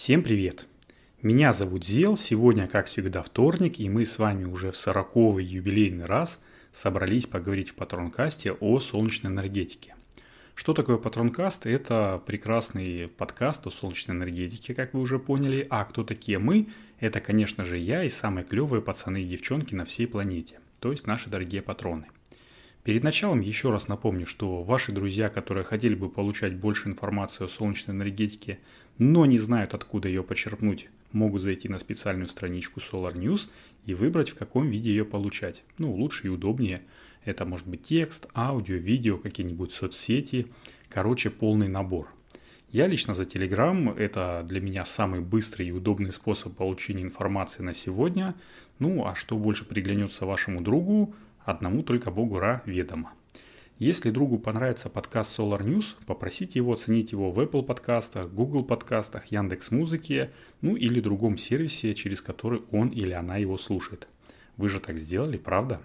Всем привет! Меня зовут Зел, сегодня, как всегда, вторник, и мы с вами уже в 40-й юбилейный раз собрались поговорить в Патронкасте о солнечной энергетике. Что такое Патронкаст? Это прекрасный подкаст о солнечной энергетике, как вы уже поняли. А кто такие мы? Это, конечно же, я и самые клевые пацаны и девчонки на всей планете, то есть наши дорогие патроны. Перед началом еще раз напомню, что ваши друзья, которые хотели бы получать больше информации о солнечной энергетике, но не знают, откуда ее почерпнуть, могут зайти на специальную страничку Solar News и выбрать, в каком виде ее получать. Лучше и удобнее. Это может быть текст, аудио, видео, какие-нибудь соцсети. Короче, полный набор. Я лично за Telegram. Это для меня самый быстрый и удобный способ получения информации на сегодня. А что больше приглянется вашему другу, одному только Богу ведомо. Если другу понравится подкаст Solar News, попросите его оценить его в Apple подкастах, Google подкастах, Яндекс.Музыке, или другом сервисе, через который он или она его слушает. Вы же так сделали, правда?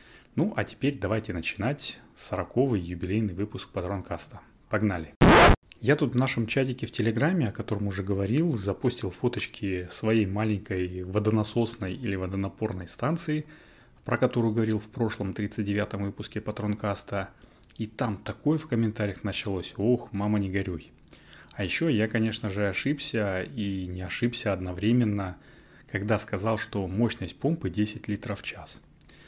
А теперь давайте начинать 40-й юбилейный выпуск Патронкаста. Погнали! Я тут в нашем чатике в Телеграме, о котором уже говорил, запустил фоточки своей маленькой водонасосной или водонапорной станции, про которую говорил в прошлом 39-м выпуске Патронкаста. И там такое в комментариях началось. Ох, мама, не горюй. А еще я, конечно же, ошибся и не ошибся одновременно, когда сказал, что мощность помпы 10 литров в час.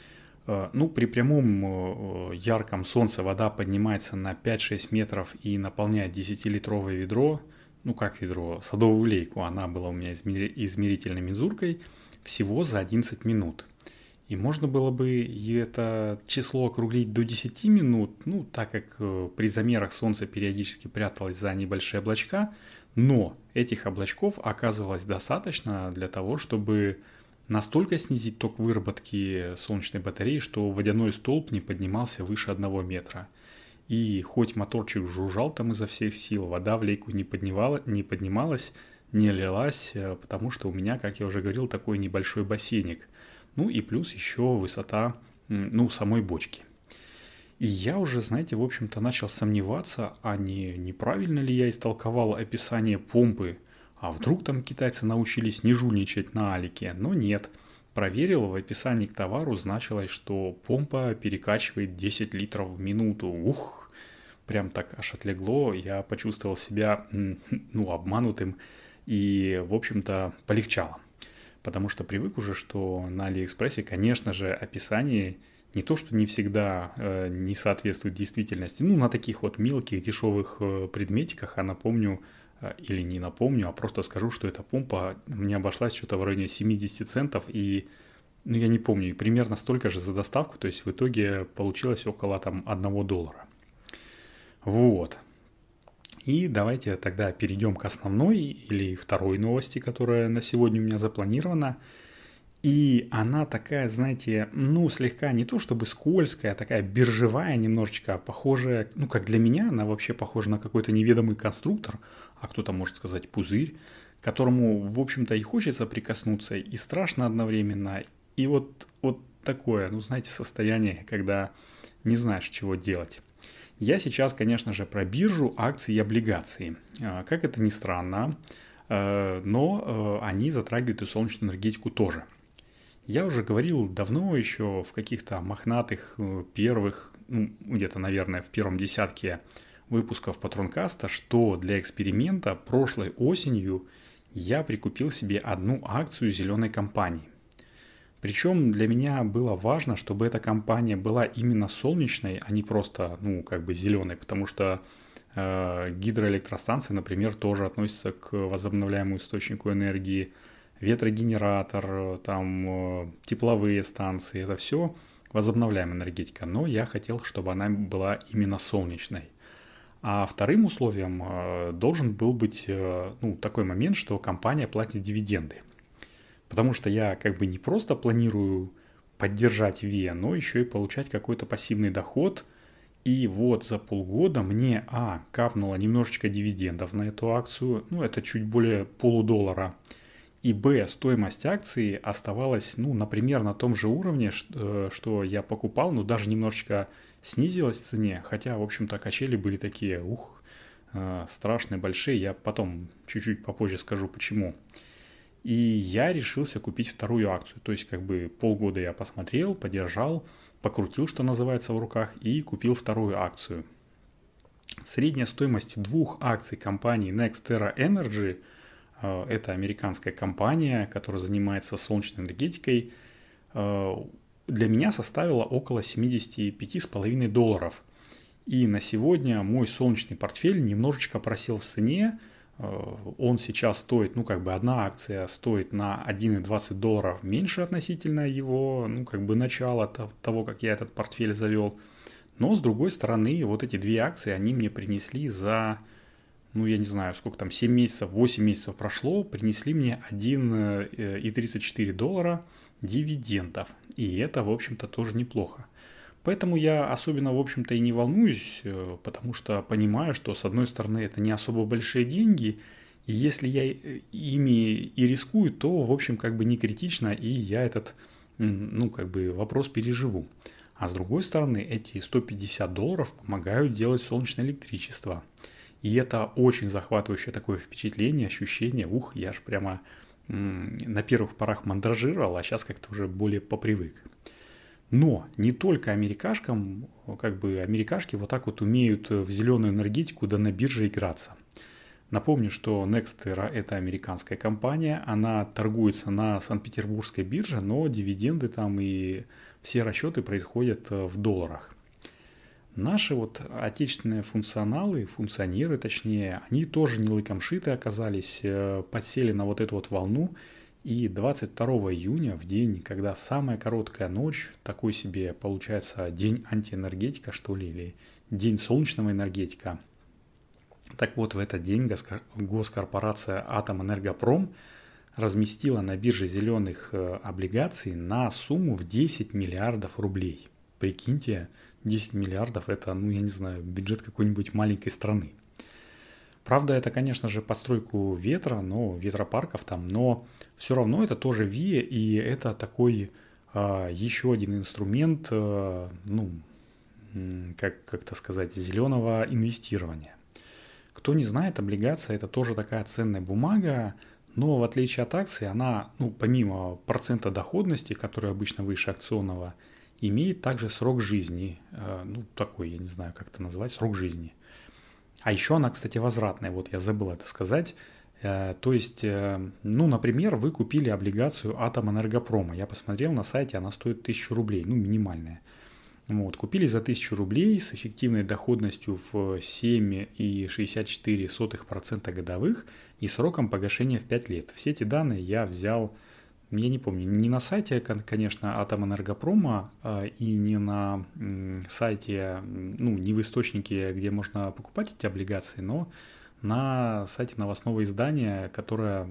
При прямом ярком солнце вода поднимается на 5-6 метров и наполняет 10-литровое ведро. Как ведро, садовую лейку. Она была у меня измерительной мензуркой всего за 11 минут. И можно было бы это число округлить до 10 минут, так как при замерах солнце периодически пряталось за небольшие облачка, но этих облачков оказывалось достаточно для того, чтобы настолько снизить ток выработки солнечной батареи, что водяной столб не поднимался выше 1 метра. И хоть моторчик жужжал там изо всех сил, вода в лейку не поднималась, не лилась, потому что у меня, как я уже говорил, такой небольшой бассейник. И плюс еще высота, самой бочки. И я уже, в общем-то начал сомневаться, а неправильно ли я истолковал описание помпы, а вдруг там китайцы научились не жульничать на алике, но нет. Проверил, в описании к товару значилось, что помпа перекачивает 10 литров в минуту. Ух, прям так аж отлегло, я почувствовал себя, обманутым и, в общем-то, полегчало. Потому что привык уже, что на Алиэкспрессе, конечно же, описание не то, что не всегда не соответствует действительности. На таких вот мелких дешевых предметиках, а напомню, или не напомню, а просто скажу, что эта помпа мне обошлась что-то в районе 70 центов. И, я не помню, примерно столько же за доставку. То есть в итоге получилось около $1. Вот. И давайте тогда перейдем к основной или второй новости, которая на сегодня у меня запланирована. И она такая, слегка не то чтобы скользкая, а такая биржевая немножечко, похожая, как для меня, она вообще похожа на какой-то неведомый конструктор, а кто-то может сказать пузырь, к которому, в общем-то, и хочется прикоснуться, и страшно одновременно. И вот такое, состояние, когда не знаешь, чего делать. Я сейчас, конечно же, про биржу, акции и облигации. Как это ни странно, но они затрагивают и солнечную энергетику тоже. Я уже говорил давно еще в каких-то мохнатых первых, где-то, наверное, в первом десятке выпусков Патронкаста, что для эксперимента прошлой осенью я прикупил себе одну акцию зеленой компании. Причем для меня было важно, чтобы эта компания была именно солнечной, а не просто, зеленой, потому что гидроэлектростанции, например, тоже относятся к возобновляемому источнику энергии, ветрогенератор, тепловые станции, это все возобновляемая энергетика, но я хотел, чтобы она была именно солнечной. А вторым условием должен был быть такой момент, что компания платит дивиденды. Потому что я не просто планирую поддержать ВИА, но еще и получать какой-то пассивный доход. И вот за полгода мне капнуло немножечко дивидендов на эту акцию, это чуть более $0,50. И стоимость акции оставалась, например, на том же уровне, что я покупал, но даже немножечко снизилась в цене. Хотя, в общем-то, качели были такие, страшные, большие. Я потом чуть-чуть попозже скажу, почему. И я решился купить вторую акцию. То есть как бы полгода я посмотрел, подержал, покрутил, что называется, в руках, и купил вторую акцию. Средняя стоимость двух акций компании NextEra Energy, это американская компания, которая занимается солнечной энергетикой, для меня составила около $75,5. И на сегодня мой солнечный портфель немножечко просел в цене. Он сейчас стоит, одна акция стоит на $1,20 меньше относительно его, начала того, как я этот портфель завел. Но, с другой стороны, вот эти две акции, они мне принесли за, я не знаю, сколько там, 7 месяцев, 8 месяцев прошло, принесли мне $1,34 дивидендов. И это, в общем-то, тоже неплохо. Поэтому я особенно, в общем-то, и не волнуюсь, потому что понимаю, что, с одной стороны, это не особо большие деньги, и если я ими и рискую, то, в общем, не критично, и я этот, вопрос переживу. А с другой стороны, эти $150 помогают делать солнечное электричество. И это очень захватывающее такое впечатление, ощущение. Я ж прямо на первых порах мандражировал, а сейчас как-то уже более попривык. Но не только америкашки вот так вот умеют в зеленую энергетику да на бирже играться. Напомню, что NextEra – это американская компания, она торгуется на Санкт-Петербургской бирже, но дивиденды там и все расчеты происходят в долларах. Наши вот отечественные функционеры точнее, они тоже не лыком шиты оказались, подсели на вот эту вот волну. И 22 июня, в день, когда самая короткая ночь, такой себе получается день антиэнергетика, что ли, или день солнечного энергетика. Так вот, в этот день госкорпорация «Атомэнергопром» разместила на бирже зеленых облигаций на сумму в 10 миллиардов рублей. Прикиньте, 10 миллиардов – это, я не знаю, бюджет какой-нибудь маленькой страны. Правда, это, конечно же, подстройку ветропарков там, но все равно это тоже ВИА, и это такой еще один инструмент, зеленого инвестирования. Кто не знает, облигация – это тоже такая ценная бумага, но в отличие от акции, она, помимо процента доходности, который обычно выше акционного, имеет также срок жизни, такой, я не знаю, как это назвать, срок жизни. А еще она, кстати, возвратная, вот я забыл это сказать. То есть, например, вы купили облигацию Атомэнергопрома. Я посмотрел на сайте, она стоит 1000 рублей, минимальная. Вот, купили за 1000 рублей с эффективной доходностью в 7,64% годовых и сроком погашения в 5 лет. Все эти данные я взял, я не помню, не на сайте, конечно, Атомэнергопрома и не на сайте, не в источнике, где можно покупать эти облигации, но на сайте новостного издания, которое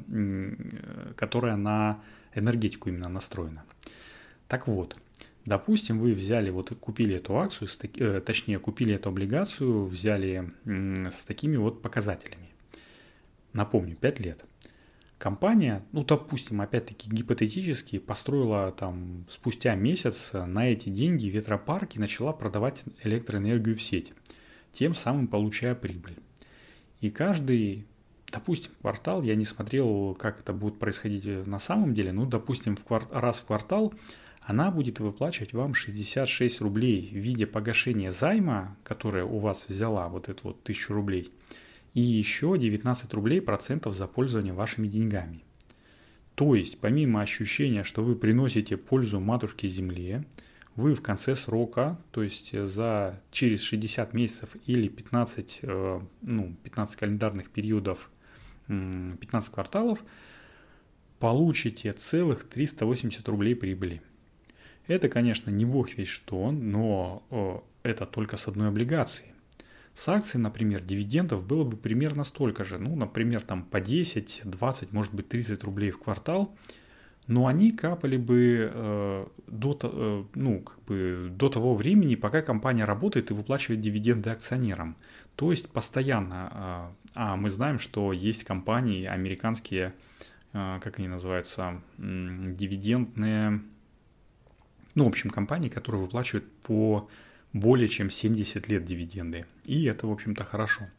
на энергетику именно настроено. Так вот, допустим, вы взяли, купили эту акцию, купили эту облигацию, взяли с такими вот показателями. Напомню, 5 лет. Компания, допустим, опять-таки гипотетически построила там спустя месяц на эти деньги ветропарк и начала продавать электроэнергию в сеть, тем самым получая прибыль. И каждый, допустим, квартал, я не смотрел, как это будет происходить на самом деле, допустим, раз в квартал она будет выплачивать вам 66 рублей в виде погашения займа, которое у вас взяла вот эту вот 1000 рублей, и еще 19 рублей процентов за пользование вашими деньгами. То есть, помимо ощущения, что вы приносите пользу матушке земле, вы в конце срока, то есть через 60 месяцев или 15 календарных периодов, 15 кварталов, получите целых 380 рублей прибыли. Это, конечно, не бог весть что, но это только с одной облигации. С акций, например, дивидендов было бы примерно столько же, например, там по 10, 20, может быть 30 рублей в квартал, но они капали бы до того времени, пока компания работает и выплачивает дивиденды акционерам. То есть постоянно. А мы знаем, что есть компании американские, как они называются, дивидендные, компании, которые выплачивают по более чем 70 лет дивиденды. И это, в общем-то, хорошо.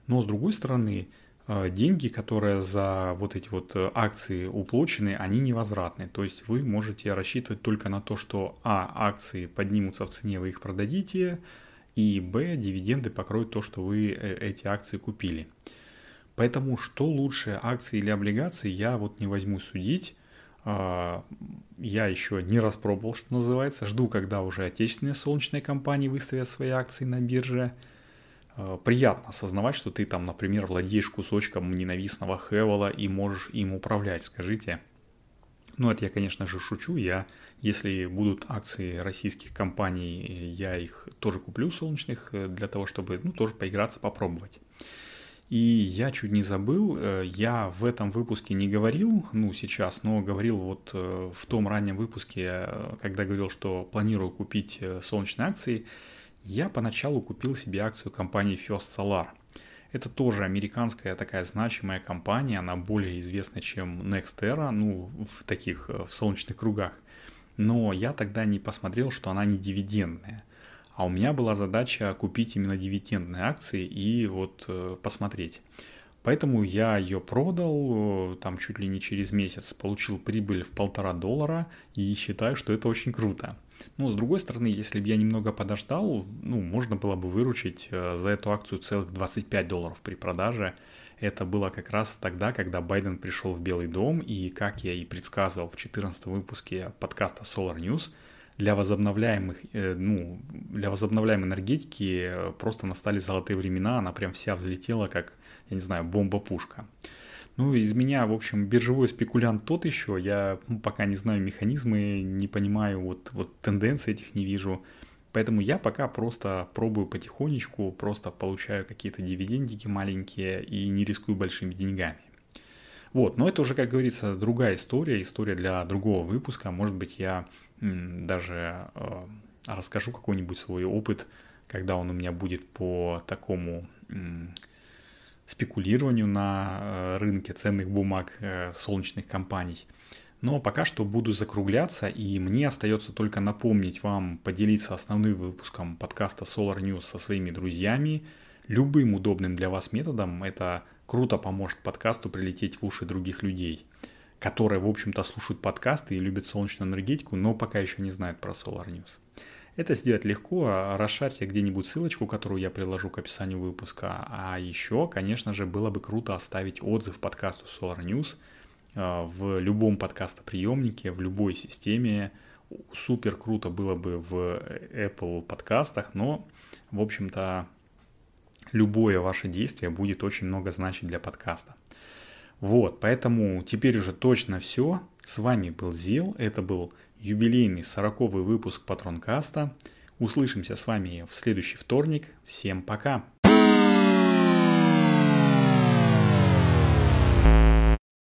Но с другой стороны, деньги, которые за вот эти вот акции уплочены, они невозвратны. То есть вы можете рассчитывать только на то, что акции поднимутся в цене, вы их продадите, и дивиденды покроют то, что вы эти акции купили. Поэтому что лучше, акции или облигации, я вот не возьмусь судить. Я еще не распробовал, что называется. Жду, когда уже отечественные солнечные компании выставят свои акции на бирже. Приятно осознавать, что ты там, например, владеешь кусочком ненавистного Хевела и можешь им управлять, скажите. Ну, это я, конечно же, шучу. Если будут акции российских компаний, я их тоже куплю, солнечных, для того, чтобы, тоже поиграться, попробовать. И я чуть не забыл, я в этом выпуске не говорил, сейчас, но говорил вот в том раннем выпуске, когда говорил, что планирую купить солнечные акции, я поначалу купил себе акцию компании First Solar. Это тоже американская такая значимая компания, она более известна, чем NextEra, в солнечных кругах. Но я тогда не посмотрел, что она не дивидендная. А у меня была задача купить именно дивидендные акции и вот посмотреть. Поэтому я ее продал, там чуть ли не через месяц, получил прибыль в $1,5 и считаю, что это очень круто. Но с другой стороны, если бы я немного подождал, можно было бы выручить за эту акцию целых $25 при продаже. Это было как раз тогда, когда Байден пришел в Белый дом, и, как я и предсказывал в 14 выпуске подкаста Solar News, для возобновляемой энергетики просто настали золотые времена, она прям вся взлетела, как, я не знаю, бомба-пушка. Из меня, в общем, биржевой спекулянт тот еще, я пока не знаю механизмы, не понимаю, вот тенденции этих не вижу. Поэтому я пока просто пробую потихонечку, просто получаю какие-то дивидендики маленькие и не рискую большими деньгами. Но это уже, как говорится, другая история для другого выпуска. Может быть, я даже расскажу какой-нибудь свой опыт, когда он у меня будет по такому спекулированию на рынке ценных бумаг солнечных компаний. Но пока что буду закругляться, и мне остается только напомнить вам поделиться основным выпуском подкаста Solar News со своими друзьями. Любым удобным для вас методом это круто поможет подкасту прилететь в уши других людей, которые, в общем-то, слушают подкасты и любят солнечную энергетику, но пока еще не знают про Solar News. Это сделать легко, расшарьте где-нибудь ссылочку, которую я приложу к описанию выпуска. А еще, конечно же, было бы круто оставить отзыв подкасту Solar News в любом подкастоприемнике, в любой системе. Супер круто было бы в Apple подкастах, но, в общем-то, любое ваше действие будет очень много значить для подкаста. Поэтому теперь уже точно все. С вами был Зил, это был юбилейный 40-й выпуск Патронкаста. Услышимся с вами в следующий вторник. Всем пока!